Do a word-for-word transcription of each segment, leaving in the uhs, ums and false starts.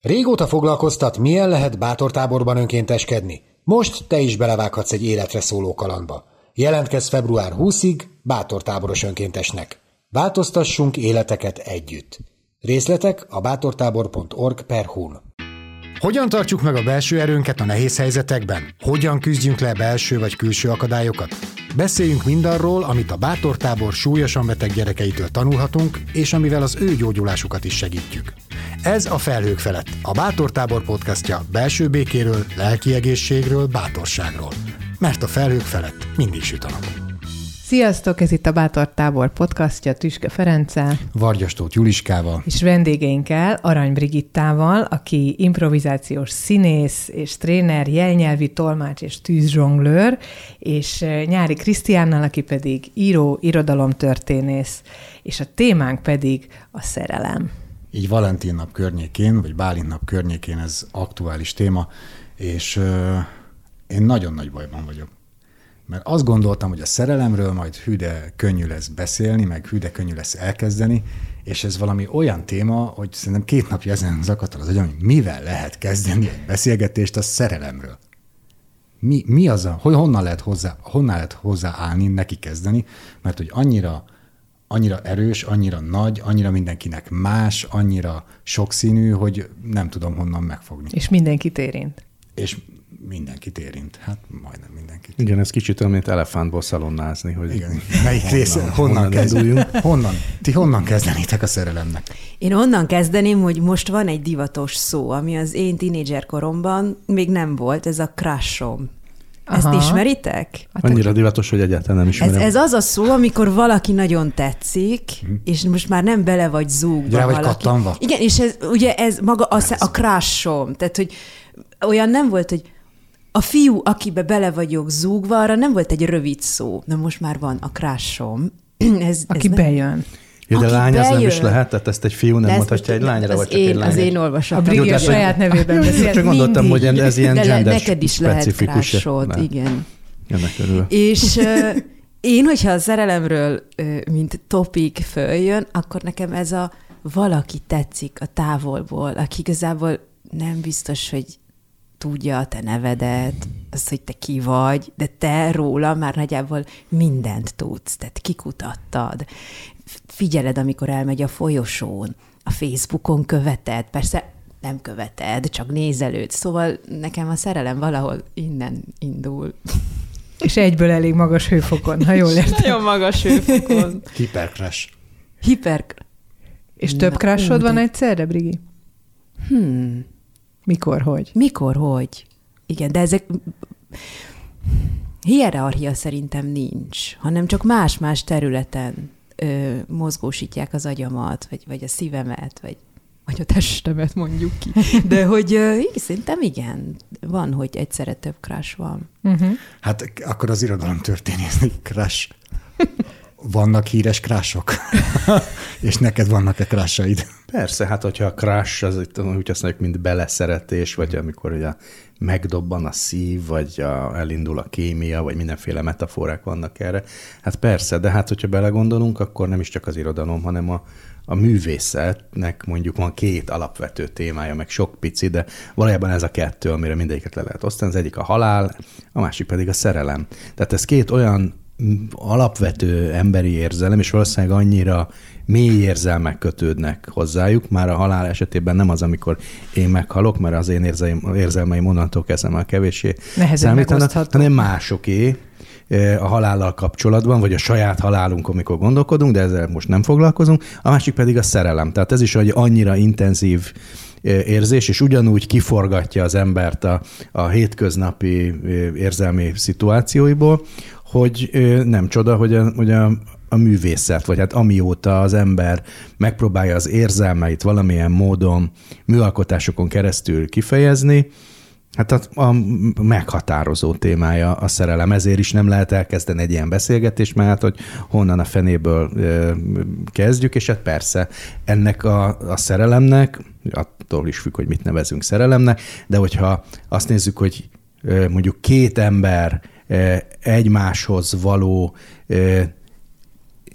Régóta foglalkoztat, milyen lehet bátortáborban önkénteskedni? Most te is belevághatsz egy életre szóló kalandba. Jelentkezz február huszadikáig bátortáboros önkéntesnek. Változtassunk életeket együtt. Részletek a bátortábor pont org per hu-n. Hogyan tartsuk meg a belső erőnket a nehéz helyzetekben? Hogyan küzdjünk le belső vagy külső akadályokat? Beszéljünk mindarról, amit a bátortábor súlyosan beteg gyerekeitől tanulhatunk, és amivel az ő gyógyulásukat is segítjük. Ez a Felhők felett, a Bátortábor podcastja belső békéről, lelki egészségről, bátorságról. Mert a felhők felett mindig süt a nap. Sziasztok, ez itt a Bátortábor podcastja Tüske Ferenccel, Vargyas Tóth Juliskával és vendégeinkkel, Arany Brigittával, aki improvizációs színész és tréner, jelnyelvi tolmács és tűzzsonglőr, és Nyári Krisztiánnal, aki pedig író, irodalomtörténész, és a témánk pedig a szerelem. Így Valentin nap környékén, vagy Bálint nap környékén ez aktuális téma, és euh, én nagyon nagy bajban vagyok. Mert azt gondoltam, hogy a szerelemről majd hű de könnyű lesz beszélni, meg hű de könnyű lesz elkezdeni, és ez valami olyan téma, hogy szerintem két napja ezen zakadt az agyam, hogy mivel lehet kezdeni egy beszélgetést a szerelemről. Mi, mi az a, hogy honnan lehet hozzá, honnan lehet hozzáállni, neki kezdeni, mert hogy annyira, annyira erős, annyira nagy, annyira mindenkinek más, annyira sokszínű, hogy nem tudom honnan megfogni. És mindenkit érint. És mindenkit érint. Hát majdnem mindenkit. Igen, ez kicsit olyan, mint elefántból szalonnázni, hogy igen. Melyik része? Honnan, honnan kezdjünk? Honnan? Ti honnan kezdenétek a szerelemnek? Én onnan kezdeném, hogy most van egy divatos szó, ami az én tínédzser koromban még nem volt, ez a crushom. Ezt Aha. ismeritek? Annyira divatos, hogy egyáltalán nem ismerem. Ez, ez az a szó, amikor valaki nagyon tetszik, hm. és most már nem bele vagy zúgva. Rá vagy kattanva? Igen, és ez, ugye ez maga a, a crushom. Tehát, hogy olyan nem volt, hogy a fiú, akibe bele vagyok zúgva, arra nem volt egy rövid szó. Na most már van a crushom. Ez, Aki ez bejön. Ja, de lány az nem is lehet? Tehát ezt egy fiú nem de mondhatja egy lányra, vagy csak én, egy lány. Az én olvasatom. A Brigi a saját nevében beszél. Csak gondoltam, hogy ez ilyen gender neked is lehet crushod, igen. Ennek örül. És uh, én, hogyha a szerelemről, uh, mint topik följön, akkor nekem ez a valaki tetszik a távolból, aki igazából nem biztos, hogy tudja a te nevedet, azt, hogy te ki vagy, de te róla már nagyjából mindent tudsz, tehát kikutattad. Figyeled, amikor elmegy a folyosón, a Facebookon követed, persze nem követed, csak nézelőd. Szóval nekem a szerelem valahol innen indul. És egyből elég magas hőfokon, ha jól értem. Nagyon magas hőfokon. Hipercrush. Hiper... És több crushod van egyszerre, Brigi? Hmm... Mikor, hogy? Mikor, hogy? Igen, de ezek hierarchia szerintem nincs, hanem csak más-más területen ö, mozgósítják az agyamat, vagy, vagy a szívemet, vagy, vagy a testemet mondjuk ki. De hogy ö, szerintem igen, van, hogy egyszerre több crush van. Uh-huh. Hát akkor az irodalom történészni crush. Vannak híres crushok? És neked vannak-e crushaid? Persze, hát hogyha a crush, az úgy használjuk, mint beleszeretés, vagy amikor ugye megdobban a szív, vagy a, elindul a kémia, vagy mindenféle metaforák vannak erre. Hát persze, de hát hogyha belegondolunk, akkor nem is csak az irodalom, hanem a, a művészetnek mondjuk van két alapvető témája, meg sok pici, de valójában ez a kettő, amire mindegyiket le lehet osztani. Az egyik a halál, a másik pedig a szerelem. Tehát ez két olyan alapvető emberi érzelem, és valószínűleg annyira mély érzelmek kötődnek hozzájuk. Már a halál esetében nem az, amikor én meghalok, mert az én érzelmeim onnantól kezdve már kevéssé számítanak, hanem másoké a halállal kapcsolatban, vagy a saját halálunkon, amikor gondolkodunk, de ezzel most nem foglalkozunk. A másik pedig a szerelem. Tehát ez is egy annyira intenzív érzés, és ugyanúgy kiforgatja az embert a, a hétköznapi érzelmi szituációiból, hogy nem csoda, hogy a, hogy a, a művészet, vagy hát amióta az ember megpróbálja az érzelmeit valamilyen módon műalkotásokon keresztül kifejezni, hát a, a meghatározó témája a szerelem. Ezért is nem lehet elkezdeni egy ilyen beszélgetést, mert hát, hogy honnan a fenéből ö, kezdjük, és hát persze ennek a, a szerelemnek, attól is függ, hogy mit nevezünk szerelemnek, de hogyha azt nézzük, hogy ö, mondjuk két ember ö, egymáshoz való ö,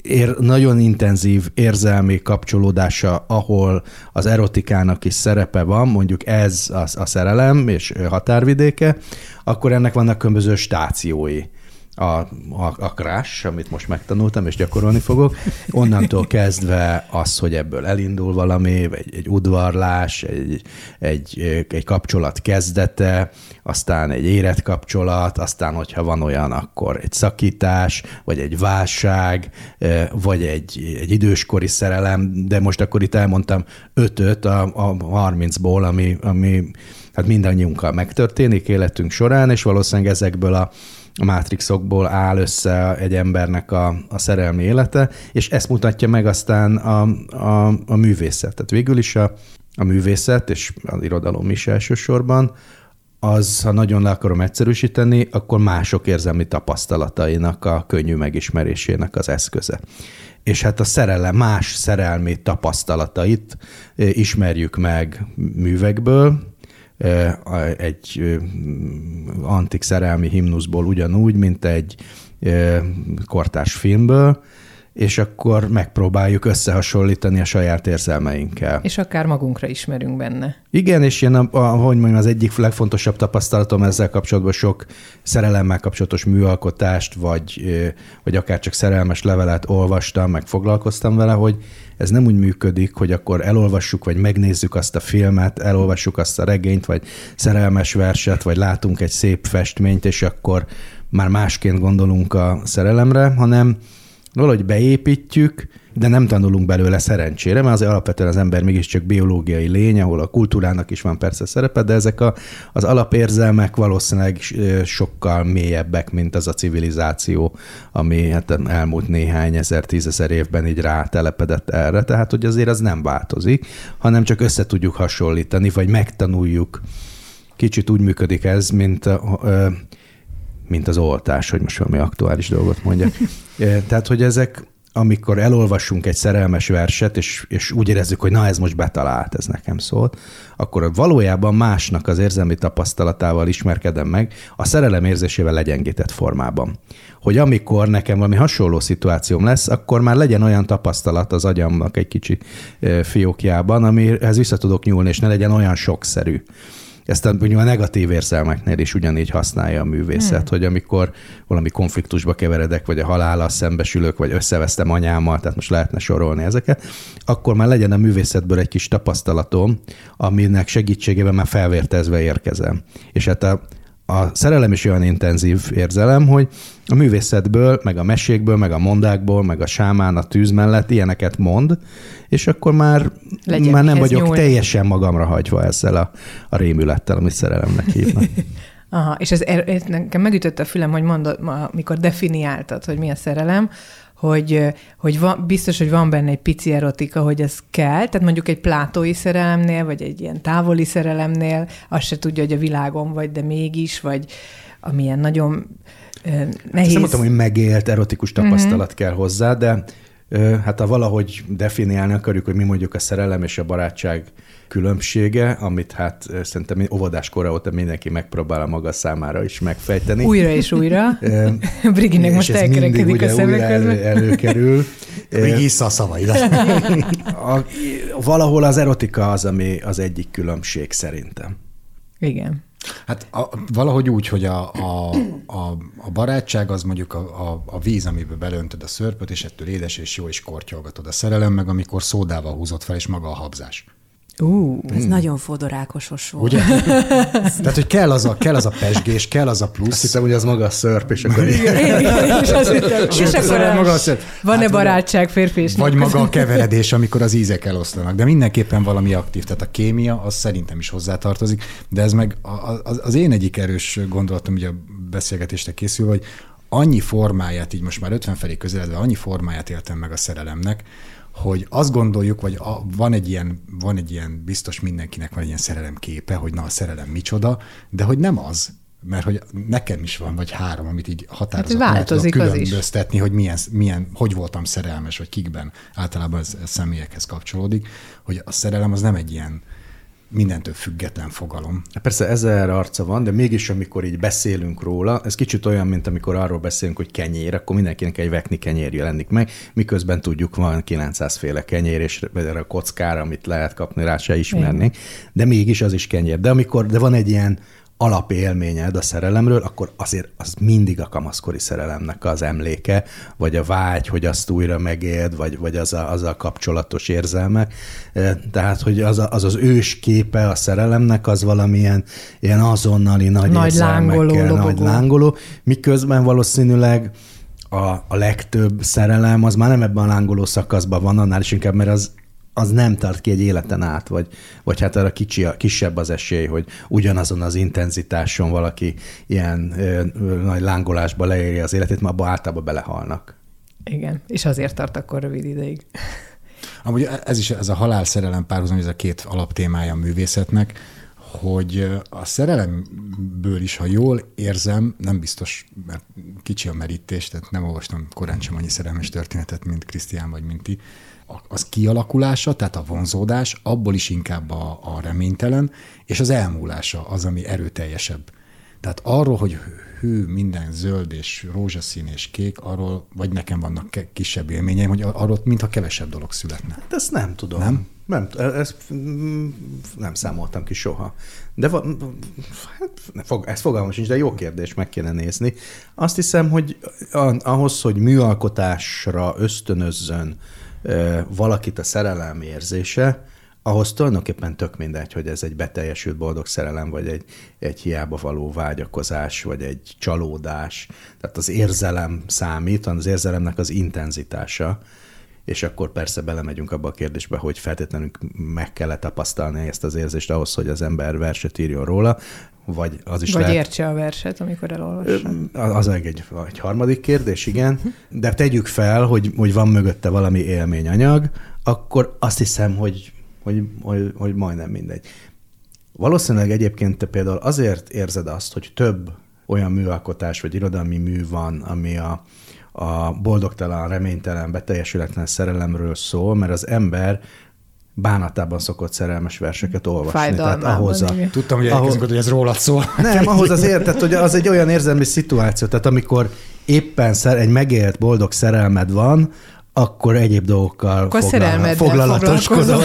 ér, nagyon intenzív érzelmi kapcsolódása, ahol az erotikának is szerepe van, mondjuk ez a, a szerelem és határvidéke, akkor ennek vannak különböző stációi. A, a, a crush, amit most megtanultam, és gyakorolni fogok, onnantól kezdve az, hogy ebből elindul valami, egy, egy udvarlás, egy, egy, egy kapcsolat kezdete, aztán egy érett kapcsolat, aztán, hogyha van olyan, akkor egy szakítás, vagy egy válság, vagy egy, egy időskori szerelem, de most akkor itt elmondtam ötöt a, a harmincból, ami, ami hát mindannyiunkkal megtörténik életünk során, és valószínűleg ezekből a a mátrixokból áll össze egy embernek a, a szerelmi élete, és ezt mutatja meg aztán a, a, a művészet. Tehát végül is a, a művészet, és az irodalom is elsősorban, az, ha nagyon le akarom egyszerűsíteni, akkor mások érzelmi tapasztalatainak a könnyű megismerésének az eszköze. És hát a szerelem, más szerelmi tapasztalatait ismerjük meg művekből, egy antik szerelmi himnuszból ugyanúgy, mint egy kortárs filmből, és akkor megpróbáljuk összehasonlítani a saját érzelmeinkkel. És akár magunkra ismerünk benne. Igen, és én, a, a, hogy mondjam, az egyik legfontosabb tapasztalatom ezzel kapcsolatban sok szerelemmel kapcsolatos műalkotást, vagy, vagy akár csak szerelmes levelet olvastam, meg foglalkoztam vele, hogy ez nem úgy működik, hogy akkor elolvassuk, vagy megnézzük azt a filmet, elolvassuk azt a regényt, vagy szerelmes verset, vagy látunk egy szép festményt, és akkor már másként gondolunk a szerelemre, hanem valahogy beépítjük, de nem tanulunk belőle szerencsére, mert azért alapvetően az ember mégiscsak biológiai lény, ahol a kultúrának is van persze szerepe, de ezek a, az alapérzelmek valószínűleg sokkal mélyebbek, mint az a civilizáció, ami hát elmúlt néhány ezer, tízezer évben így rátelepedett erre. Tehát, hogy azért az nem változik, hanem csak össze tudjuk hasonlítani, vagy megtanuljuk. Kicsit úgy működik ez, mint a, mint az oltás, hogy most valami aktuális dolgot mondjak. Tehát, hogy ezek, amikor elolvassunk egy szerelmes verset, és, és úgy érezzük, hogy na ez most betalált, ez nekem szólt, akkor valójában másnak az érzelmi tapasztalatával ismerkedem meg, a szerelem érzésével legyengített formában. Hogy amikor nekem valami hasonló szituációm lesz, akkor már legyen olyan tapasztalat az agyamnak egy kicsi fiókjában, amihez vissza tudok nyúlni, és ne legyen olyan sokszerű. Ezt a, a negatív érzelmeknél is ugyanígy használja a művészet, hmm. hogy amikor valami konfliktusba keveredek, vagy a halállal szembesülök, vagy összevesztem anyámmal, tehát most lehetne sorolni ezeket, akkor már legyen a művészetből egy kis tapasztalatom, aminek segítségével már felvértezve érkezem. És hát a, a szerelem is olyan intenzív érzelem, hogy a művészetből, meg a mesékből, meg a mondákból, meg a sámán a tűz mellett ilyeneket mond, és akkor már, már nem vagyok nyúlni. Teljesen magamra hagyva ezzel a, a rémülettel, amit szerelemnek hívnak. Aha, és ez, ez nekem megütött a fülem, hogy mondod, amikor definiáltad, hogy mi a szerelem, hogy, hogy van, biztos, hogy van benne egy pici erotika, hogy ez kell, tehát mondjuk egy plátói szerelemnél, vagy egy ilyen távoli szerelemnél, azt se tudja, hogy a világon vagy, de mégis, vagy amilyen nagyon nehéz. Ezt nem mondtam, hogy megélt erotikus tapasztalat uh-huh. kell hozzá, de hát ha valahogy definiálni akarjuk, hogy mi mondjuk a szerelem és a barátság különbsége, amit hát szerintem óvodáskorra óta mindenki megpróbál a maga számára is megfejteni. Újra és újra. Briginek most elkerekedik a szemek közben. Elő, előkerül. Brigi issza a szavaidat. Valahol az erotika az, ami az egyik különbség szerintem. Igen. Hát a, valahogy úgy, hogy a, a, a, a barátság az mondjuk a, a, a víz, amiben belöntöd a szörpöt, és ettől édes és jó, és kortyolgatod. A szerelem meg, amikor szódával húzott fel, és maga a habzás. Uh, Ez hmm. nagyon fodorákosos volt. Ugye? Tehát, hogy kell az a, kell az a pezsgés, kell az a plusz. Azt hiszem, hogy az maga a szörp, és akkor... és az és akkor maga a szörp. Van-e hát, barátság férfi és vagy maga a keveredés, amikor az ízek eloszlanak. De mindenképpen valami aktív. Tehát a kémia, az szerintem is hozzátartozik. De ez meg az, az én egyik erős gondolatom, ugye a beszélgetésre készül, hogy annyi formáját, így most már ötven felé közeledve, annyi formáját éltem meg a szerelemnek, hogy azt gondoljuk, vagy a, van, egy ilyen, van egy ilyen, biztos mindenkinek van egy ilyen szerelemképe, hogy na a szerelem micsoda, de hogy nem az, mert hogy nekem is van, vagy három, amit így határozottan hát tudom különböztetni, hogy milyen, milyen, hogy voltam szerelmes, vagy kikben, általában ez, ez személyekhez kapcsolódik, hogy a szerelem az nem egy ilyen mindentől független fogalom. Persze ezer arca van, de mégis amikor így beszélünk róla, ez kicsit olyan, mint amikor arról beszélünk, hogy kenyér, akkor mindenkinek egy vekni kenyér jelenik meg, miközben tudjuk, van kilencszáz féle kenyér, és erre a kockára, amit lehet kapni, rá se ismerni, de mégis az is kenyér. De amikor de van egy ilyen alapélményed a szerelemről, akkor azért az mindig a kamaszkori szerelemnek az emléke, vagy a vágy, hogy azt újra megéld, vagy, vagy az, a, az a kapcsolatos érzelmek. Tehát, hogy az, a, az az ős képe a szerelemnek, az valamilyen ilyen azonnali nagy, nagy érzelmekkel, lángoló, nagy lángoló, miközben valószínűleg a, a legtöbb szerelem az már nem ebben a lángoló szakaszban van, annál is inkább, mert az az nem tart ki egy életen át, vagy, vagy hát arra kicsi, kisebb az esély, hogy ugyanazon az intenzitáson valaki ilyen ö, ö, nagy lángolásba leéri az életét, mert abban általában belehalnak. Igen, és azért tart akkor rövid ideig. Amúgy ez is, ez a halál-szerelem párhuzam, ez a két alaptémája a művészetnek, hogy a szerelemből is, ha jól érzem, nem biztos, mert kicsi a merítés, tehát nem olvastam korán sem annyi szerelmes történetet, mint Krisztián vagy mint ti, az kialakulása, tehát a vonzódás, abból is inkább a, a reménytelen, és az elmúlása az, ami erőteljesebb. Tehát arról, hogy hű, minden zöld és rózsaszín és kék, arról, vagy nekem vannak kisebb élményeim, hogy arról mintha kevesebb dolog születne. Hát ezt nem tudom. Nem? Nem, ezt nem számoltam ki soha. De va, hát, ez fogalmam sincs, de jó kérdés, meg kéne nézni. Azt hiszem, hogy ahhoz, hogy műalkotásra ösztönözzön valakit a szerelem érzése, ahhoz tulajdonképpen tök mindegy, hogy ez egy beteljesült boldog szerelem, vagy egy, egy hiába való vágyakozás, vagy egy csalódás. Tehát az érzelem számít, az érzelemnek az intenzitása, és akkor persze belemegyünk abba a kérdésbe, hogy feltétlenül meg kell tapasztalni ezt az érzést ahhoz, hogy az ember verset írjon róla, vagy az is vagy lehet... értse a verset, amikor elolvassa. Az egy, egy, egy harmadik kérdés, igen. De tegyük fel, hogy, hogy van mögötte valami élményanyag, akkor azt hiszem, hogy, hogy, hogy, hogy majdnem mindegy. Valószínűleg egyébként te például azért érzed azt, hogy több olyan műalkotás vagy irodalmi mű van, ami a, a boldogtalan, reménytelen, beteljesületlen szerelemről szól, mert az ember bánatában szokott szerelmes verseket olvasni. Tehát ahhoz a, Tudtam, hogy ahhoz, hogy ez rólad szól. Nem, ahhoz az érted, hogy az egy olyan érzelmi szituáció, tehát amikor éppen egy megélt boldog szerelmed van, akkor egyéb dolgokkal akkor foglal, foglalatoskodol.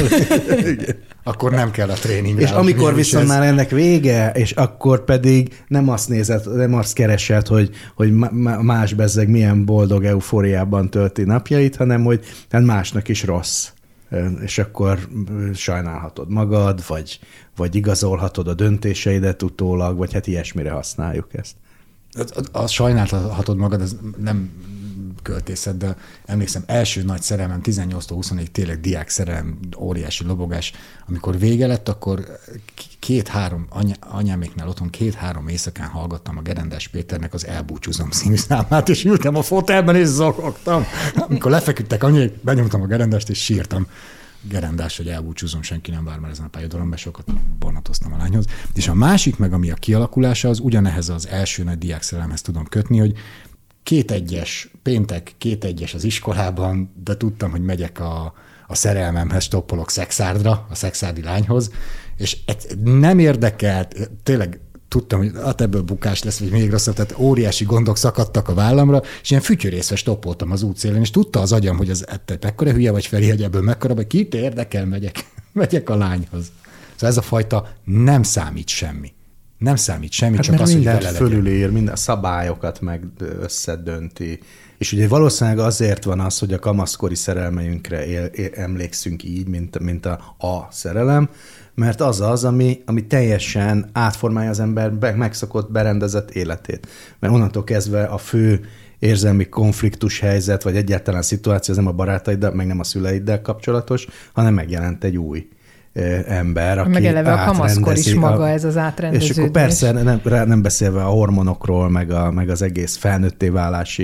Akkor nem kell a tréning. És amikor viszont már ennek vége, és akkor pedig nem azt nézed, nem azt keresed, hogy, hogy más bezzeg milyen boldog eufóriában tölti napjait, hanem hogy hát másnak is rossz. És akkor sajnálhatod magad, vagy, vagy igazolhatod a döntéseidet utólag, vagy hát ilyesmire használjuk ezt. A, a sajnálhatod magad, ez nem költészet, de emlékszem, első nagy szerelmem, tizennyolctól huszonnégy tényleg diák szerelem, óriási lobogás. Amikor vége lett, akkor két-három, anya, anyáméknál otthon két-három éjszakán hallgattam a Gerendás Péternek az Elbúcsúzom című számát, és ültem a fotelben, és zokogtam. Amikor lefeküdtek anyék, benyomtam a Gerendást, és sírtam. Gerendás, hogy elbúcsúzom, senki nem vár már ezen a pályadalomban, sokat bornatoztam a lányhoz. És a másik meg, ami a kialakulása, az ugyanehhez az első nagy diákszerelemhez tudom kötni, hogy két egyes, péntek két egyes az iskolában, de tudtam, hogy megyek a, a szerelmemhez, stoppolok Szexárdra, a szexárdi lányhoz, és nem érdekelt, tényleg tudtam, hogy hát ebből bukás lesz, vagy még rosszabb, tehát óriási gondok szakadtak a vállamra, és ilyen fütyörészve stoppoltam az útszélén, és tudta az agyam, hogy ez mekkora hülye vagy Feri, hogy ebből mekkora, vagy kit érdekel, megyek, megyek a lányhoz. Szóval ez a fajta nem számít semmi. Nem számít semmi, hát csak az, hogy vele fölülír, minden szabályokat meg összedönti. És ugye valószínűleg azért van az, hogy a kamaszkori szerelmeinkre él, él, emlékszünk így, mint, mint a, a szerelem, mert az az, ami, ami teljesen átformálja az ember megszokott, berendezett életét. Mert onnantól kezdve a fő érzelmi konfliktus helyzet, vagy egyáltalán szituáció az nem a barátaiddal, meg nem a szüleiddel kapcsolatos, hanem megjelent egy új ember, aki meg eleve a kamaszkor is maga a, ez az átrendeződés. És akkor persze nem, nem beszélve a hormonokról, meg, a, meg az egész felnőtté válási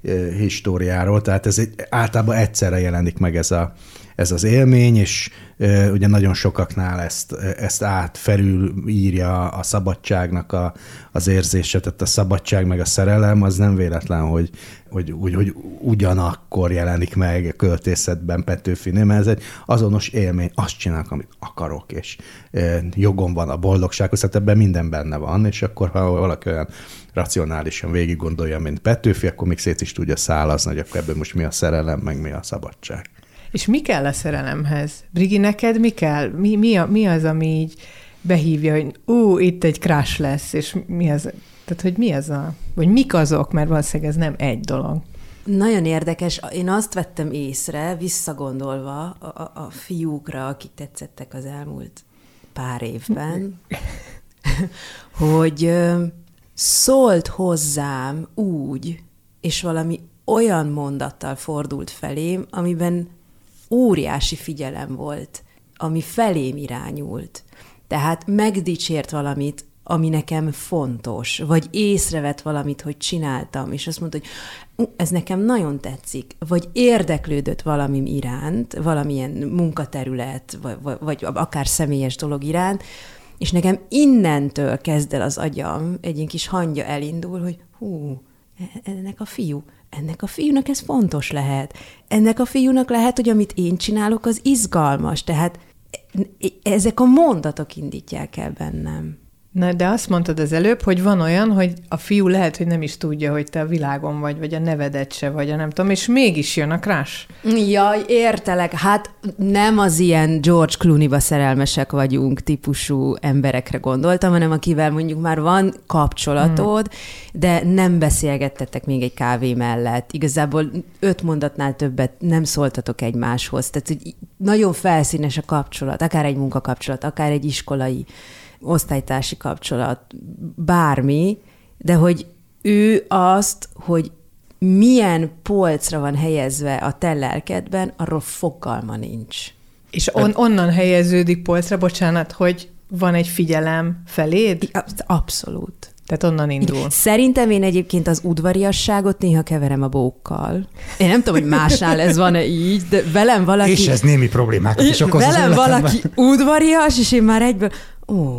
históriáról, tehát ez egy, általában egyszerre jelenik meg ez, a, ez az élmény, és e, ugye nagyon sokaknál ezt, ezt átfelül írja a szabadságnak a, az érzése, tehát a szabadság meg a szerelem, az nem véletlen, hogy, hogy, hogy, hogy ugyanakkor jelenik meg a költészetben Petőfinél, mert ez egy azonos élmény, azt csinálok, amit akarok, és e, jogom van a boldogsághoz, tehát ebben minden benne van, és akkor, ha valaki olyan racionálisan végig gondolja, mint Petőfi, akkor még szét is tudja szálazni, hogy akkor ebből most mi a szerelem, meg mi a szabadság. És mi kell a szerelemhez? Brigi, neked mi kell? Mi, mi, a, mi az, ami így behívja, hogy ú, itt egy crush lesz, és mi az, tehát hogy mi az a, vagy mik azok, mert valószínűleg ez nem egy dolog. Nagyon érdekes. Én azt vettem észre, visszagondolva a, a, a fiúkra, akik tetszettek az elmúlt pár évben, hogy szólt hozzám úgy, és valami olyan mondattal fordult felém, amiben óriási figyelem volt, ami felém irányult. Tehát megdicsért valamit, ami nekem fontos, vagy észrevett valamit, hogy csináltam, és azt mondta, hogy uh, ez nekem nagyon tetszik, vagy érdeklődött valamim iránt, valamilyen munkaterület, vagy, vagy akár személyes dolog iránt, és nekem innentől kezd el az agyam, egy ilyen kis hangja elindul, hogy hú, ennek a fiú, ennek a fiúnak ez fontos lehet. Ennek a fiúnak lehet, hogy amit én csinálok, az izgalmas. Tehát ezek a mondatok indítják el bennem. Na, de azt mondtad az előbb, hogy van olyan, hogy a fiú lehet, hogy nem is tudja, hogy te a világon vagy, vagy a nevedet se vagy, a nem tudom, és mégis jön a crush. Jaj, értelek. Hát nem az ilyen George Clooney-ba szerelmesek vagyunk típusú emberekre gondoltam, hanem akivel mondjuk már van kapcsolatod, hmm. de nem beszélgettetek még egy kávé mellett. Igazából öt mondatnál többet nem szóltatok egymáshoz. Tehát, hogy nagyon felszínes a kapcsolat, akár egy munkakapcsolat, akár egy iskolai osztálytársi kapcsolat, bármi, de hogy ő azt, hogy milyen polcra van helyezve a te lelkedben, arról fogalma nincs. És on, onnan helyeződik polcra, bocsánat, hogy van egy figyelem feléd? Abszolút. Tehát onnan indul. Szerintem én egyébként az udvariasságot néha keverem a bókkal. Én nem tudom, hogy másnál ez van-e így, de velem valaki... És ez némi problémákat is okoz. Velem valaki udvarias, és én már egyből... Ó,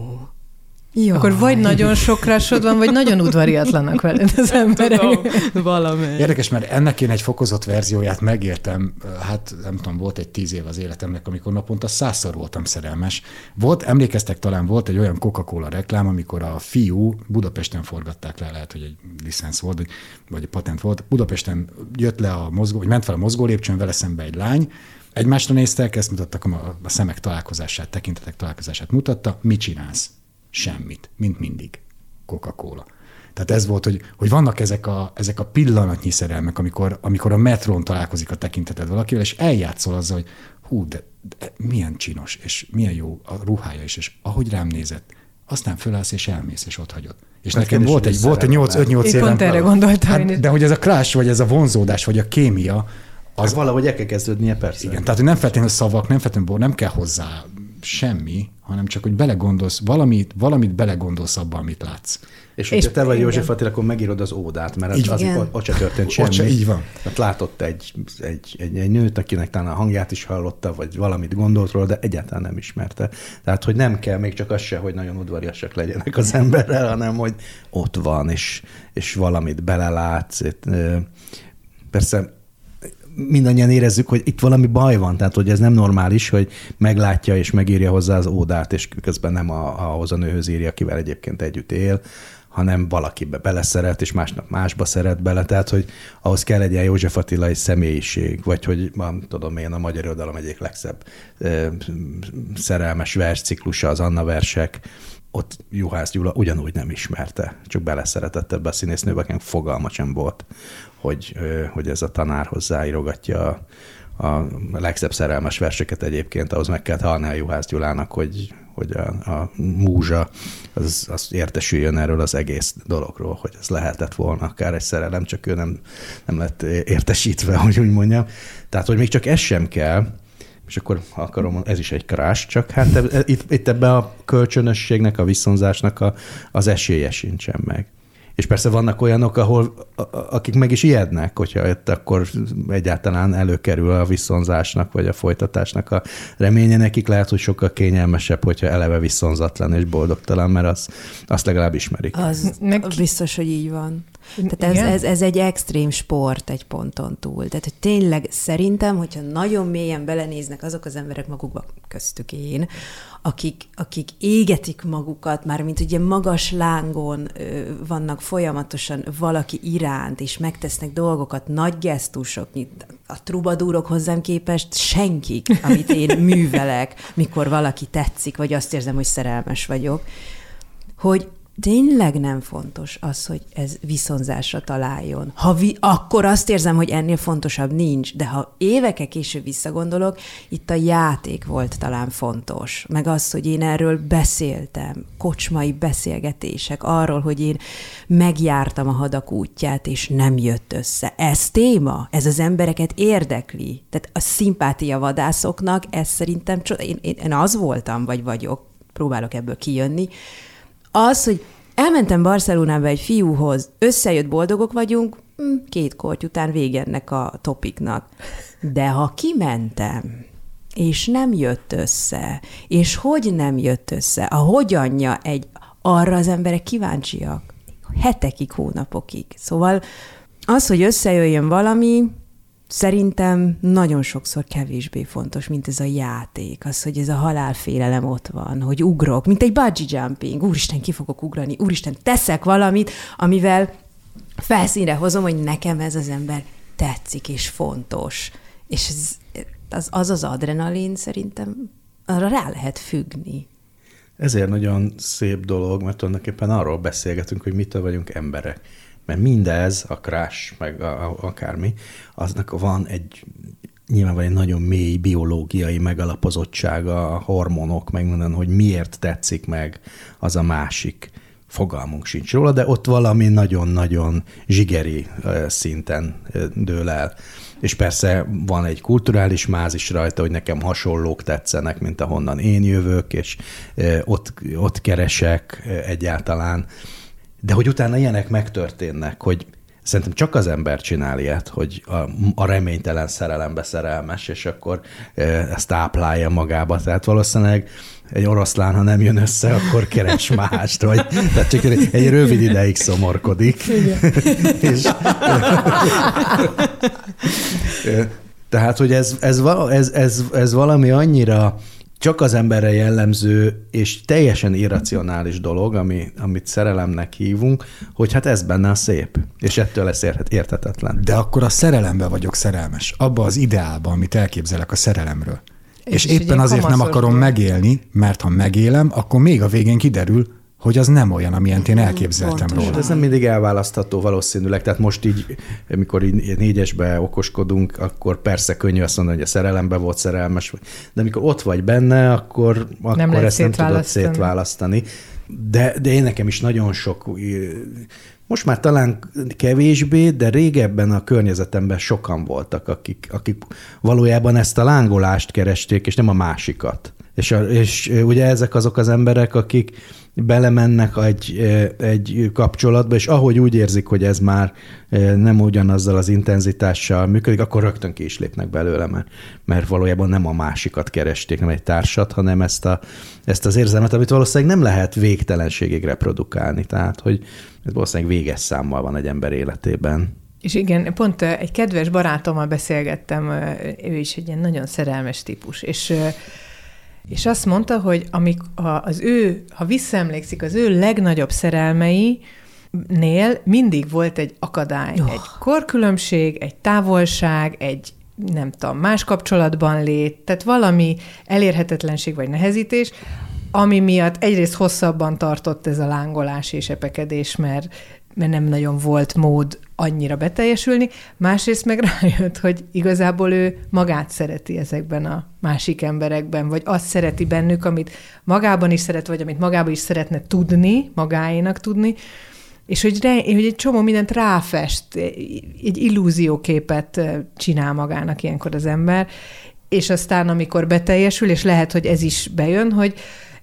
jó. Akkor vagy nagyon sok crushod van, vagy nagyon udvariatlanak veled az emberek. Valami. Érdekes, mert ennek én egy fokozott verzióját megértem. Hát nem tudom, volt egy tíz év az életemnek, amikor naponta százszor voltam szerelmes. Volt, emlékeztek, talán volt egy olyan Coca-Cola reklám, amikor a fiú, Budapesten forgatták le, lehet, hogy egy licensz volt, vagy egy patent volt. Budapesten jött le a mozgó, vagy ment fel a mozgó lépcsőn, vele szembe egy lány, egymásra néztek, ezt mutattak, a, a szemek találkozását, tekintetek találkozását mutatta. Mit csinálsz? Semmit, mint mindig. Coca-Cola. Tehát ez volt, hogy, hogy vannak ezek a, ezek a pillanatnyi szerelmek, amikor, amikor a metrón találkozik a tekinteted valakivel, és eljátszol azzal, hogy hú, de, de milyen csinos, és milyen jó a ruhája is, és ahogy rám nézett, aztán fölállsz, és elmész, és ott hagyod. És hát nekem volt egy, volt egy nyolc-öt-nyolc évem. Pont erre gondoltam. Hát, de hogy ez a crush, vagy ez a vonzódás, vagy a kémia, az... Hát valahogy el kell kezdődnie, persze. Igen, tehát hogy nem feltétlenül szavak, nem feltétlenül, nem kell hozzá semmi, hanem csak, hogy belegondolsz, valamit, valamit belegondolsz abban, amit látsz. És hogyha te vagy József Attila, akkor megírod az ódát, mert az, az, az, ott se történt semmi. Ott se, így van. Tehát látott egy, egy, egy, egy nőt, akinek talán a hangját is hallotta, vagy valamit gondolt róla, de egyáltalán nem ismerte. Tehát, hogy nem kell még csak az se, hogy nagyon udvariasak legyenek az emberrel, hanem, hogy ott van, és, és valamit belelátsz. Persze mindannyian érezzük, hogy itt valami baj van, tehát hogy ez nem normális, hogy meglátja és megírja hozzá az ódát, és közben nem a, ahhoz a nőhöz írja, akivel egyébként együtt él, hanem valakibe beleszeret, és másnap másba szeret bele, tehát hogy ahhoz kell egy ilyen József Attilai személyiség, vagy hogy nem tudom én, a magyar irodalom egyik legszebb ö, szerelmes versciklusa, az Anna versek, ott Juhász Gyula ugyanúgy nem ismerte, csak beleszeretett ebbe a színésznőbe, nekem fogalma sem volt, hogy, hogy ez a tanár hozzáírogatja a, a legszebb szerelmes verseket egyébként, ahhoz meg kellett halni a Juhász Gyulának, hogy, hogy a, a múzsa az, az értesüljön erről az egész dologról, hogy ez lehetett volna akár egy szerelem, csak ő nem, nem lett értesítve, hogy úgy mondjam. Tehát, hogy még csak ez sem kell, és akkor akarom, ez is egy crush, csak hát itt, itt ebben a kölcsönösségnek, a viszonzásnak a, az esélye sincsen meg. És persze vannak olyanok, ahol akik meg is ijednek, hogyha itt akkor egyáltalán előkerül a viszonzásnak, vagy a folytatásnak a reménye. Nekik lehet, hogy sokkal kényelmesebb, hogyha eleve viszonzatlan és boldogtalan, mert az, azt legalább ismerik. Az Meg... biztos, hogy így van. Tehát ez, ez, ez egy extrém sport egy ponton túl. Tehát, hogy tényleg szerintem, hogyha nagyon mélyen belenéznek azok az emberek magukba, köztük én, akik, akik égetik magukat, már mint ugye magas lángon ö, vannak folyamatosan valaki iránt, és megtesznek dolgokat, nagy gesztusok, a trubadúrok hozzám képest senkik, amit én művelek, mikor valaki tetszik, vagy azt érzem, hogy szerelmes vagyok, hogy tényleg nem fontos az, hogy ez viszonzásra találjon. Ha vi- akkor azt érzem, hogy ennél fontosabb nincs, de ha évekkel később visszagondolok, itt a játék volt talán fontos, meg az, hogy én erről beszéltem, kocsmai beszélgetések, arról, hogy én megjártam a hadak útját, és nem jött össze. Ez téma? Ez az embereket érdekli? Tehát a szimpátia vadászoknak ez szerintem, én, én, én az voltam, vagy vagyok, próbálok ebből kijönni, az, hogy elmentem Barcelonába egy fiúhoz, összejött, boldogok vagyunk, két korty után vége ennek a topiknak. De ha kimentem, és nem jött össze, és hogy nem jött össze, a hogyanja egy, arra az emberek kíváncsiak. Hetekig, hónapokig. Szóval az, hogy összejöjjön valami, szerintem nagyon sokszor kevésbé fontos, mint ez a játék, az, hogy ez a halálfélelem ott van, hogy ugrok, mint egy bungee jumping, úristen, ki fogok ugrani, úristen, teszek valamit, amivel felszínre hozom, hogy nekem ez az ember tetszik és fontos. És ez, az, az az adrenalin szerintem arra rá lehet függni. Ezért nagyon szép dolog, mert tulajdonképpen arról beszélgetünk, hogy mitől vagyunk emberek. Mert mindez, a crush, meg a, a, akármi, aznak van egy nyilvánvalóan egy nagyon mély biológiai megalapozottsága, a hormonok, meg minden, hogy miért tetszik meg az a másik. Fogalmunk sincs róla, de ott valami nagyon-nagyon zsigeri szinten dől el. És persze van egy kulturális máz is rajta, hogy nekem hasonlók tetszenek, mint ahonnan én jövök, és ott, ott keresek egyáltalán. De hogy utána ilyenek megtörténnek, hogy szerintem csak az ember csinál ilyet, hogy a, a reménytelen szerelembe szerelmes, és akkor e, ezt táplálja magába. Tehát valószínűleg egy oroszlán, ha nem jön össze, akkor keres mást, vagy tehát csak egy rövid ideig szomorkodik. és, tehát, hogy ez, ez, ez, ez, ez valami annyira csak az emberre jellemző és teljesen irracionális dolog, ami, amit szerelemnek hívunk, hogy hát ez benne a szép, és ettől lesz érthetetlen. De akkor a szerelemben vagyok szerelmes, abba az ideálban, amit elképzelek a szerelemről. És, és éppen azért nem akarom dolog. megélni, mert ha megélem, akkor még a végén kiderül, hogy az nem olyan, amilyent én elképzeltem Pontos. róla. Ez nem mindig elválasztható valószínűleg. Tehát most így, amikor így négyesbe okoskodunk, akkor persze könnyű azt mondani, hogy a szerelembe volt szerelmes, de amikor ott vagy benne, akkor, nem akkor ezt nem tudod szétválasztani. De, de én nekem is nagyon sok, most már talán kevésbé, de régebben a környezetemben sokan voltak, akik, akik valójában ezt a lángolást keresték, és nem a másikat. És, a, és ugye ezek azok az emberek, akik belemennek egy, egy kapcsolatba, és ahogy úgy érzik, hogy ez már nem ugyanazzal az intenzitással működik, akkor rögtön ki is lépnek belőle, mert, mert valójában nem a másikat keresték, nem egy társat, hanem ezt, a, ezt az érzelmet, amit valószínűleg nem lehet végtelenségig reprodukálni. Tehát, hogy ez valószínűleg véges számmal van egy ember életében. És igen, pont egy kedves barátommal beszélgettem, ő is egy ilyen nagyon szerelmes típus, és És azt mondta, hogy amik az ő, ha visszaemlékszik, az ő legnagyobb szerelmeinél mindig volt egy akadály, oh. egy korkülönbség, egy távolság, egy nem tudom, más kapcsolatban lét, tehát valami elérhetetlenség vagy nehezítés, ami miatt egyrészt hosszabban tartott ez a lángolás és epekedés, mert, mert nem nagyon volt mód annyira beteljesülni, másrészt meg rájött, hogy igazából ő magát szereti ezekben a másik emberekben, vagy azt szereti bennük, amit magában is szeret, vagy amit magában is szeretne tudni, magáénak tudni, és hogy, re, hogy egy csomó mindent ráfest, egy illúzióképet csinál magának ilyenkor az ember, és aztán amikor beteljesül, és lehet, hogy ez is bejön, hogy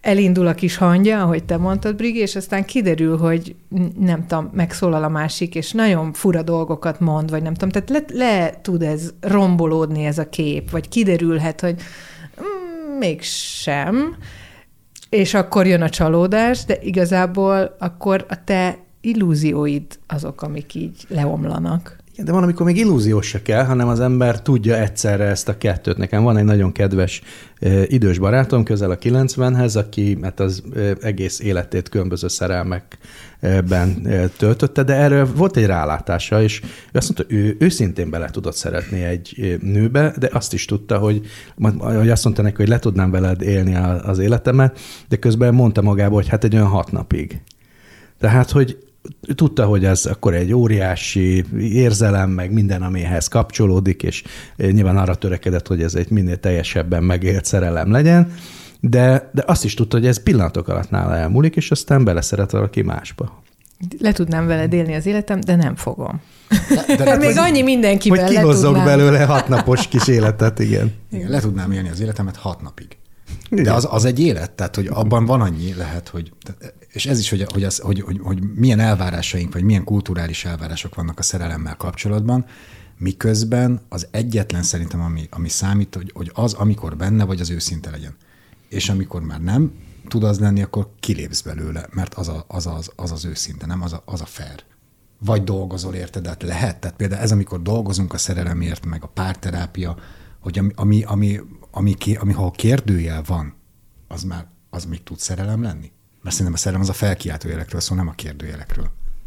elindul a kis hangja, ahogy te mondtad, Brigi, és aztán kiderül, hogy nem tudom, megszólal a másik, és nagyon fura dolgokat mond, vagy nem tudom, tehát le, le tud ez rombolódni ez a kép, vagy kiderülhet, hogy mm, mégsem, és akkor jön a csalódás, de igazából akkor a te illúzióid azok, amik így leomlanak. Igen, de van, amikor még illúzió se kell, hanem az ember tudja egyszerre ezt a kettőt. Nekem van egy nagyon kedves e, idős barátom, közel a kilencvenhez, aki hát az e, egész életét különböző szerelmekben e, töltötte, de erre volt egy rálátása, és ő azt mondta, ő őszintén bele tudott szeretni egy nőbe, de azt is tudta, hogy, hogy azt mondta neki, hogy le tudnám veled élni az életemet, de közben mondta magába, hogy hát egy olyan hat napig. Tehát, hogy tudta, hogy ez akkor egy óriási érzelem, meg minden, amihez kapcsolódik, és nyilván arra törekedett, hogy ez egy minél teljesebben megélt szerelem legyen, de, de azt is tudta, hogy ez pillanatok alatt nála elmúlik, és aztán beleszeret valaki másba. Le tudnám veled élni az életem, de nem fogom. De, de még annyi mindenkivel hogy le kihozzok tudnám. belőle hat napos kis életet, igen. Igen, le tudnám élni az életemet hat napig. De az, az egy élet, tehát hogy abban van annyi lehet, hogy, és ez is, hogy, hogy, az, hogy, hogy, hogy milyen elvárásaink, vagy milyen kulturális elvárások vannak a szerelemmel kapcsolatban, miközben az egyetlen szerintem, ami, ami számít, hogy, hogy az, amikor benne vagy, az őszinte legyen. És amikor már nem tud az lenni, akkor kilépsz belőle, mert az a, az, az, az, az őszinte, nem az a, az a fair. Vagy dolgozol érte, de hát lehet. Tehát például ez, amikor dolgozunk a szerelemért, meg a párterápia, hogy ami, ami, ami, ami, ami ha a kérdőjel van, az már az még tud szerelem lenni? Mert szerintem a szerelem az a felkiáltó jelekről szól, nem a kérdőjelekről.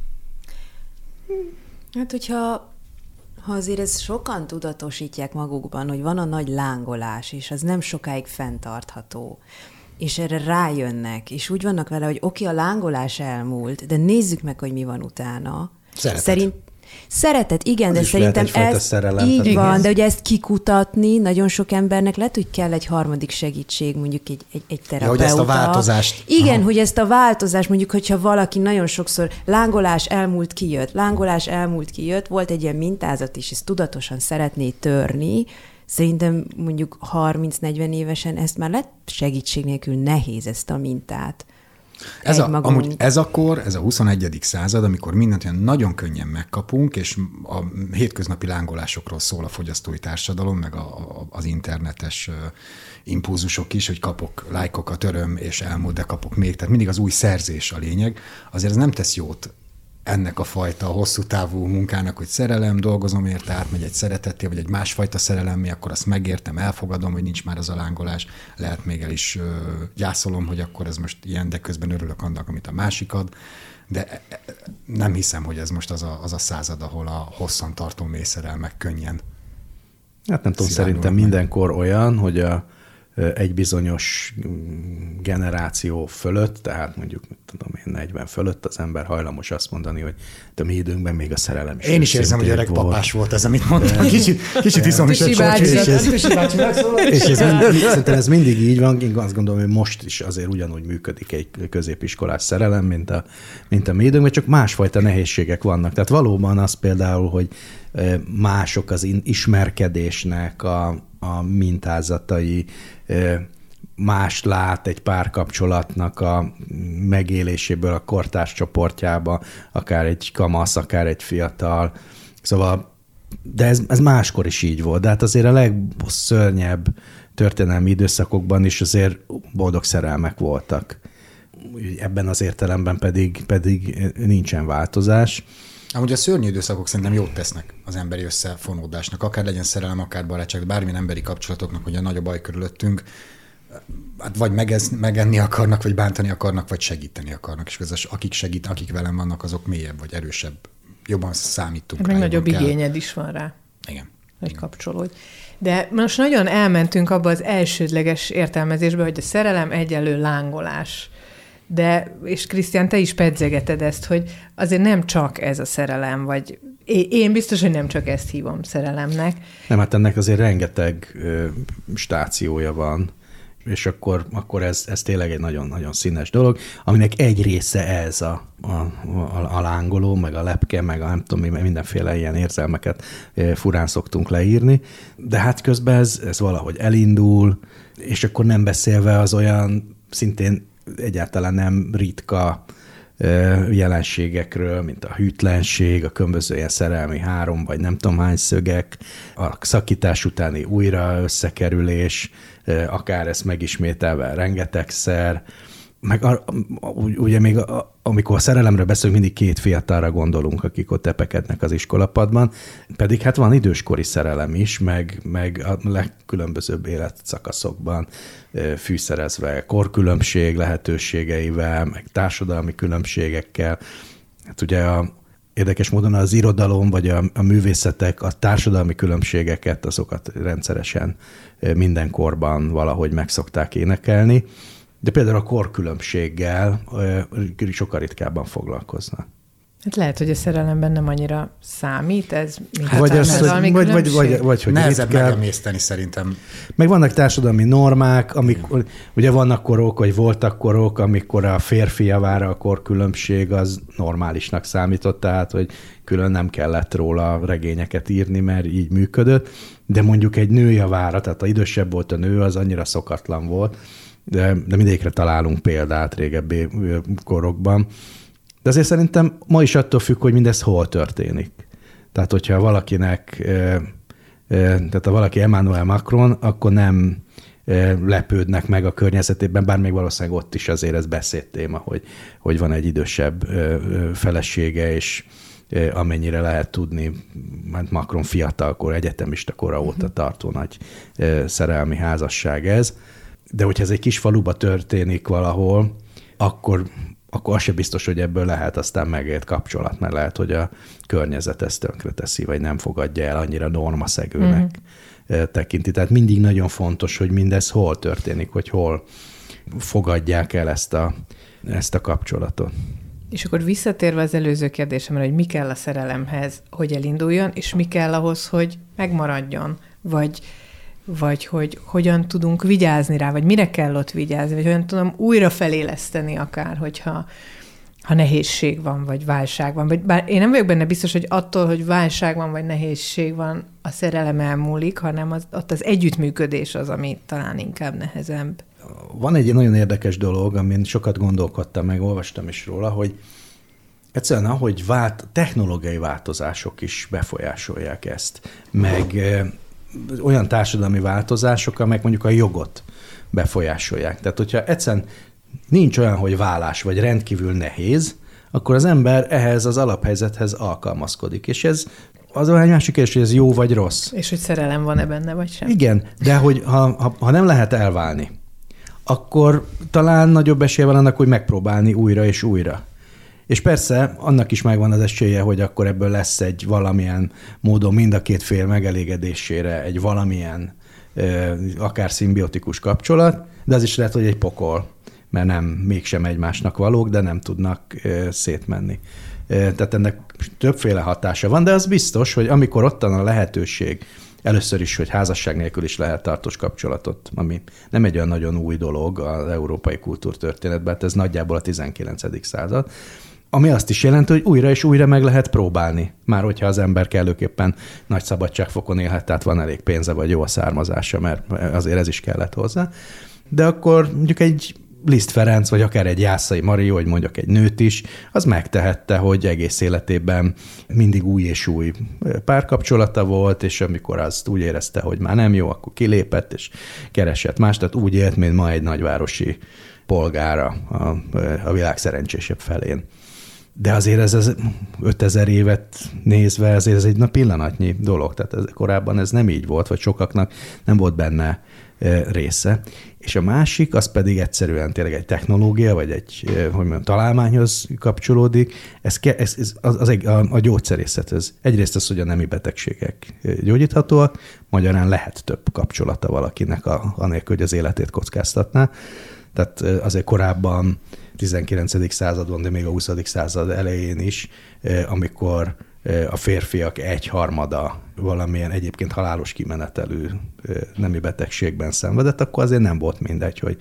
Hát, hogyha ha azért ezt sokan tudatosítják magukban, hogy van a nagy lángolás, és az nem sokáig fenntartható, és erre rájönnek, és úgy vannak vele, hogy oké, okay, a lángolás elmúlt, de nézzük meg, hogy mi van utána. Szeretet. Szerint Szeretet, igen, az de szerintem ez szerelem, így igen. van, de ugye ezt kikutatni nagyon sok embernek lehet, hogy kell egy harmadik segítség, mondjuk egy, egy, egy terapeuta. Ja, hogy ezt a változást... Igen, Aha. hogy ezt a változást, mondjuk, hogyha valaki nagyon sokszor lángolás elmúlt, kijött, lángolás elmúlt, kijött, volt egy ilyen mintázat is, ezt tudatosan szeretné törni, szerintem mondjuk harminc-negyven évesen ezt már lett segítség nélkül nehéz ezt a mintát. Ez, a, amúgy ez akkor, ez a huszonegyedik század, amikor mindent olyan nagyon könnyen megkapunk, és a hétköznapi lángolásokról szól a fogyasztói társadalom, meg a, a, az internetes uh, impulzusok is, hogy kapok lájkokat, öröm, és elmúlt, de kapok még. Tehát mindig az új szerzés a lényeg. Azért ez nem tesz jót ennek a fajta hosszú távú munkának, hogy szerelem, dolgozom érte, átmegy egy szeretetté, vagy egy másfajta szerelemmé, akkor azt megértem, elfogadom, hogy nincs már az a lángolás, lehet még el is ö, gyászolom, hogy akkor ez most ilyen, de közben örülök annak, amit a másik ad, de nem hiszem, hogy ez most az a, az a század, ahol a hosszantartó mélyszerelmek könnyen. Hát nem tudom, szerintem meg. Mindenkor olyan, hogy a egy bizonyos generáció fölött, tehát mondjuk, tudom én, negyven fölött az ember hajlamos azt mondani, hogy de mi időnkben még a szerelem is. Én is érzem, hogy öreg papás volt ez, amit mondtam. Kicsit, kicsit iszom is egy És szerintem ez mindig így van. Én azt gondolom, hogy most is azért ugyanúgy működik egy középiskolás szerelem, mint a, mint a mi időnkben, csak másfajta nehézségek vannak. Tehát valóban az például, hogy mások az ismerkedésnek a, a mintázatai, más lát egy párkapcsolatnak a megéléséből a kortárs csoportjába, akár egy kamasz, akár egy fiatal. Szóval, de ez, ez máskor is így volt. De hát azért a legszörnyebb történelmi időszakokban is azért boldog szerelmek voltak. Ebben az értelemben pedig, pedig nincsen változás. Amúgy a szörnyű időszakok szerintem jót tesznek az emberi összefonódásnak, akár legyen szerelem, akár barátság, bármilyen emberi kapcsolatoknak, hogy a nagy a baj körülöttünk, hát vagy megez, megenni akarnak, vagy bántani akarnak, vagy segíteni akarnak, és közös, akik segít, akik velem vannak, azok mélyebb, vagy erősebb, jobban számítunk. Meg nagyobb kell. Igényed is van rá. Igen. Hogy kapcsolódj. De most nagyon elmentünk abba az elsődleges értelmezésbe, hogy a szerelem egyenlő lángolás. De, és Krisztián, te is pedzegeted ezt, hogy azért nem csak ez a szerelem, vagy én biztos, hogy nem csak ezt hívom szerelemnek. Nem, hát ennek azért rengeteg ö, stációja van, és akkor, akkor ez, ez tényleg egy nagyon-nagyon színes dolog, aminek egy része ez a, a, a, a lángoló, meg a lepke, meg a nem tudom, mindenféle ilyen érzelmeket furán szoktunk leírni, de hát közben ez, ez valahogy elindul, és akkor nem beszélve az olyan szintén egyáltalán nem ritka jelenségekről, mint a hűtlenség, a különböző ilyen szerelmi három, vagy nem tudom hány szögek, a szakítás utáni újra összekerülés, akár ezt megismételve rengetegszer, meg a, ugye még a, amikor a szerelemről beszélünk, mindig két fiatalra gondolunk, akik ott tepekednek az iskolapadban, pedig hát van időskori szerelem is, meg, meg a legkülönbözőbb életszakaszokban fűszerezve korkülönbség lehetőségeivel, meg társadalmi különbségekkel. Hát ugye a, érdekes módon az irodalom vagy a, a művészetek a társadalmi különbségeket, azokat rendszeresen minden korban valahogy meg szokták énekelni, de például a korkülönbséggel sokkal ritkábban foglalkoznak. Hát lehet, hogy a szerelemben nem annyira számít ez, mint hát a társadalmi vagy, vagy, vagy, vagy, vagy, hogy nehezebb megemészteni szerintem. Meg vannak társadalmi normák, amikor, ugye vannak korok, vagy voltak korok, amikor a férfi javára a korkülönbség az normálisnak számított, tehát, hogy külön nem kellett róla regényeket írni, mert így működött, de mondjuk egy nő javára, tehát ha idősebb volt a nő, az annyira szokatlan volt, de, de mindegyikre találunk példát régebbi korokban. De azért szerintem ma is attól függ, hogy mindez hol történik. Tehát, hogyha valakinek, tehát ha valaki Emmanuel Macron, akkor nem lepődnek meg a környezetében, bár még valószínűleg ott is azért ez beszédtéma, hogy, hogy van egy idősebb felesége, és amennyire lehet tudni, hát Macron fiatalkor, egyetemista kora óta tartó nagy szerelmi házasság ez. De hogyha ez egy kis faluba történik valahol, akkor, akkor az sem biztos, hogy ebből lehet aztán megélt kapcsolat, mert lehet, hogy a környezet ezt tönkreteszi, vagy nem fogadja el, annyira normaszegőnek mm. tekinti. Tehát mindig nagyon fontos, hogy mindez hol történik, hogy hol fogadják el ezt a, ezt a kapcsolatot. És akkor visszatérve az előző kérdésemre, hogy mi kell a szerelemhez, hogy elinduljon, és mi kell ahhoz, hogy megmaradjon, vagy... vagy hogy hogyan tudunk vigyázni rá, vagy mire kell ott vigyázni, vagy hogyan tudom újra feléleszteni akár, hogyha ha nehézség van, vagy válság van. Vagy bár én nem vagyok benne biztos, hogy attól, hogy válság van, vagy nehézség van, a szerelem elmúlik, hanem az, ott az együttműködés az, ami talán inkább nehezebb. Van egy nagyon érdekes dolog, amin sokat gondolkodtam, meg olvastam is róla, hogy egyszerűen ahogy vált, technológiai változások is befolyásolják ezt, meg olyan társadalmi változások, amelyek mondjuk a jogot befolyásolják. Tehát, hogyha egyszerűen nincs olyan, hogy vállás, vagy rendkívül nehéz, akkor az ember ehhez az alaphelyzethez alkalmazkodik. És ez az olyan másik kérdés, hogy ez jó vagy rossz. És hogy szerelem van-e benne, vagy sem. Igen, de hogy ha, ha, ha nem lehet elválni, akkor talán nagyobb esély van annak, hogy megpróbálni újra és újra. És persze annak is megvan az esélye, hogy akkor ebből lesz egy valamilyen módon mind a két fél megelégedésére egy valamilyen akár szimbiotikus kapcsolat, de az is lehet, hogy egy pokol, mert nem mégsem egymásnak valók, de nem tudnak szétmenni. Tehát ennek többféle hatása van, de az biztos, hogy amikor ott van a lehetőség, először is, hogy házasság nélkül is lehet tartós kapcsolatot, ami nem egy olyan nagyon új dolog az európai kultúrtörténetben, hát ez nagyjából a tizenkilencedik század, ami azt is jelenti, hogy újra és újra meg lehet próbálni. Már hogyha az ember kellőképpen nagy szabadságfokon élhet, tehát van elég pénze, vagy jó a származása, mert azért ez is kellett hozzá. De akkor mondjuk egy Liszt Ferenc, vagy akár egy Jászai Mari, vagy mondjuk egy nőt is, az megtehette, hogy egész életében mindig új és új párkapcsolata volt, és amikor azt úgy érezte, hogy már nem jó, akkor kilépett, és keresett más, tehát úgy élt, mint ma egy nagyvárosi polgára a, a világ szerencsésebb felén. De azért ez az ötezer évet nézve, azért ez egy na pillanatnyi dolog, tehát ez, korábban ez nem így volt, vagy sokaknak nem volt benne része. És a másik, az pedig egyszerűen tényleg egy technológia, vagy egy, hogy mondjam, találmányhoz kapcsolódik. Ez, ez, ez az egy, a, a gyógyszerészethez. Egyrészt az, hogy a nemi betegségek gyógyíthatóak, magyarán lehet több kapcsolata valakinek, a, anélkül, hogy az életét kockáztatná. Tehát azért korábban, tizenkilencedik században, de még a huszadik század elején is, amikor a férfiak egyharmada valamilyen egyébként halálos kimenetelű nemi betegségben szenvedett, akkor azért nem volt mindegy, hogy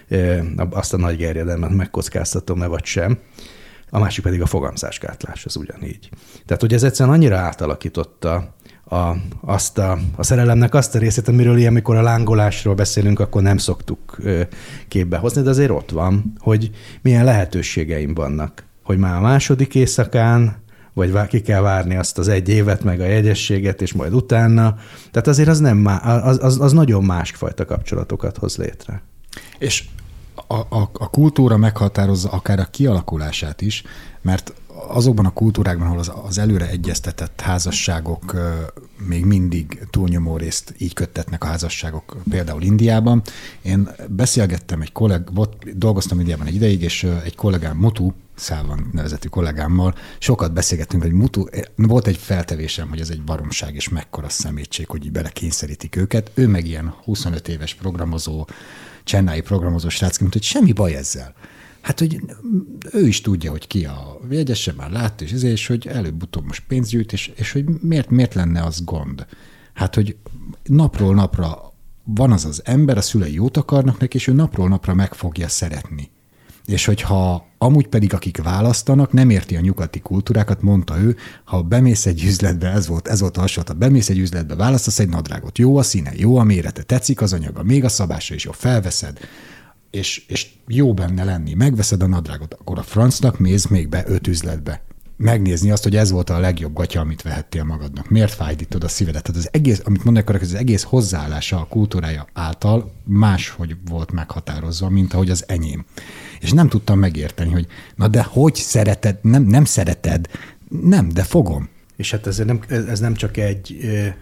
azt a nagy gerjedelmet megkockáztatom-e vagy sem. A másik pedig a fogamzásgátlás, az ugyanígy. Tehát, hogy ez egyszerűen annyira átalakította a, azt a, a szerelemnek azt a részét, amiről ilyen, amikor a lángolásról beszélünk, akkor nem szoktuk képbe hozni, de azért ott van, hogy milyen lehetőségeim vannak. Hogy már a második éjszakán, vagy ki kell várni azt az egy évet, meg a jegyességet, és majd utána. Tehát azért az, nem, az, az, az nagyon másfajta kapcsolatokat hoz létre. És a, a, a kultúra meghatározza akár a kialakulását is, mert azokban a kultúrákban, ahol az, az előre egyeztetett házasságok uh, még mindig túlnyomó részt így köttetnek a házasságok, például Indiában. Én beszélgettem egy kollég, volt, dolgoztam Indiában egy ideig, és uh, egy kollégám, Mutu Szálvan nevezetű kollégámmal sokat beszélgettünk, hogy Mutu, volt egy feltevésem, hogy ez egy baromság, és mekkora szemétség, hogy így belekényszerítik őket. Ő meg ilyen huszonöt éves programozó, csennai programozó srác, mint hogy semmi baj ezzel. Hát, hogy ő is tudja, hogy ki a jegyese, már látta, és ezért, és hogy előbb-utóbb most pénzt gyűjt, és, és hogy miért, miért lenne az gond. Hát, hogy napról napra van az az ember, a szülei jót akarnak neki, és ő napról napra meg fogja szeretni. És hogyha amúgy pedig, akik választanak, nem érti a nyugati kultúrákat, mondta ő, ha bemész egy üzletbe, ez volt, ez volt a hasonlat, bemész egy üzletbe, választasz egy nadrágot, jó a színe, jó a mérete, tetszik az anyaga, még a szabása is jó, felveszed, és, és jó benne lenni, megveszed a nadrágot, akkor a francnak mész még be öt üzletbe. Megnézni azt, hogy ez volt a legjobb gatya, amit vehettél magadnak. Miért fájdítod a szívedet? Tehát az egész, amit mondani akarok, az egész hozzáállása a kultúrája által máshogy volt meghatározva, mint ahogy az enyém. És nem tudtam megérteni, hogy na de hogy szereted, nem, nem szereted, nem, de fogom. És hát ez nem, ez nem csak egy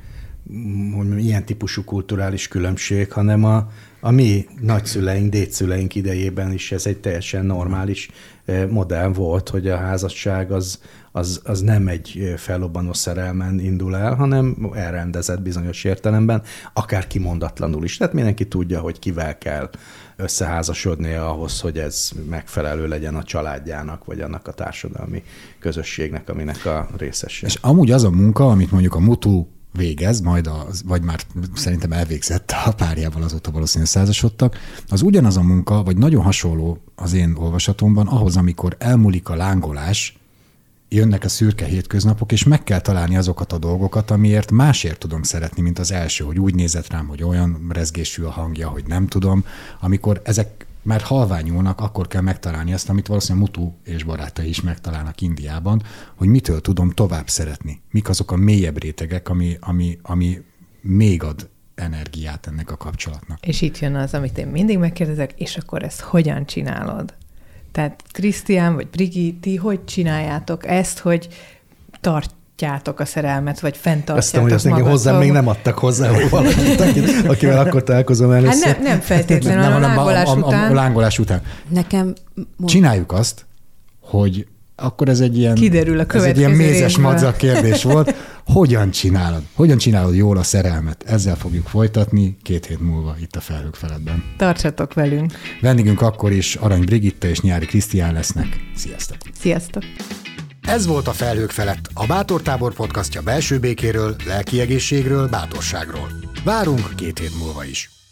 hogy ilyen típusú kulturális különbség, hanem a, a mi nagyszüleink, dédszüleink idejében is ez egy teljesen normális modell volt, hogy a házasság az, az, az nem egy fellobbanó szerelmen indul el, hanem elrendezett bizonyos értelemben, akár kimondatlanul is. Tehát mindenki tudja, hogy kivel kell összeházasodnia ahhoz, hogy ez megfelelő legyen a családjának, vagy annak a társadalmi közösségnek, aminek a részese. És amúgy az a munka, amit mondjuk a Mutu végez, majd az, vagy már szerintem elvégzett a párjával, azóta valószínűleg százasodtak, az ugyanaz a munka, vagy nagyon hasonló az én olvasatomban ahhoz, amikor elmúlik a lángolás, jönnek a szürke hétköznapok, és meg kell találni azokat a dolgokat, amiért másért tudom szeretni, mint az első, hogy úgy nézett rám, hogy olyan rezgésű a hangja, hogy nem tudom. Amikor ezek már halványulnak, akkor kell megtalálni azt, amit valószínűleg Mutu és barátai is megtalálnak Indiában, hogy mitől tudom tovább szeretni. Mik azok a mélyebb rétegek, ami, ami, ami még ad energiát ennek a kapcsolatnak. És itt jön az, amit én mindig megkérdezek, és akkor ezt hogyan csinálod? Tehát Krisztián vagy Brigi, ti hogy csináljátok ezt, hogy tartjátok a szerelmet, vagy fenntartjátok magatok? Azt mondom, hogy hozzám még nem adtak hozzá valakit, akivel akkor találkozom először. Hát nem, nem feltétlenül, nem, a lángolás a, a, után. A, a lángolás után. Nekem... Mond... Csináljuk azt, hogy akkor ez egy ilyen, kiderül a ez egy ilyen mézes madzag kérdés volt. Hogyan csinálod? Hogyan csinálod jól a szerelmet? Ezzel fogjuk folytatni két hét múlva itt a Felhők feledben. Tartsatok velünk. Vendégünk akkor is Arany Brigitta és Nyári Krisztián lesznek. Sziasztok! Sziasztok! Ez volt a Felhők felett, a Bátortábor podcastja belső békéről, lelki egészségről, bátorságról. Várunk két hét múlva is.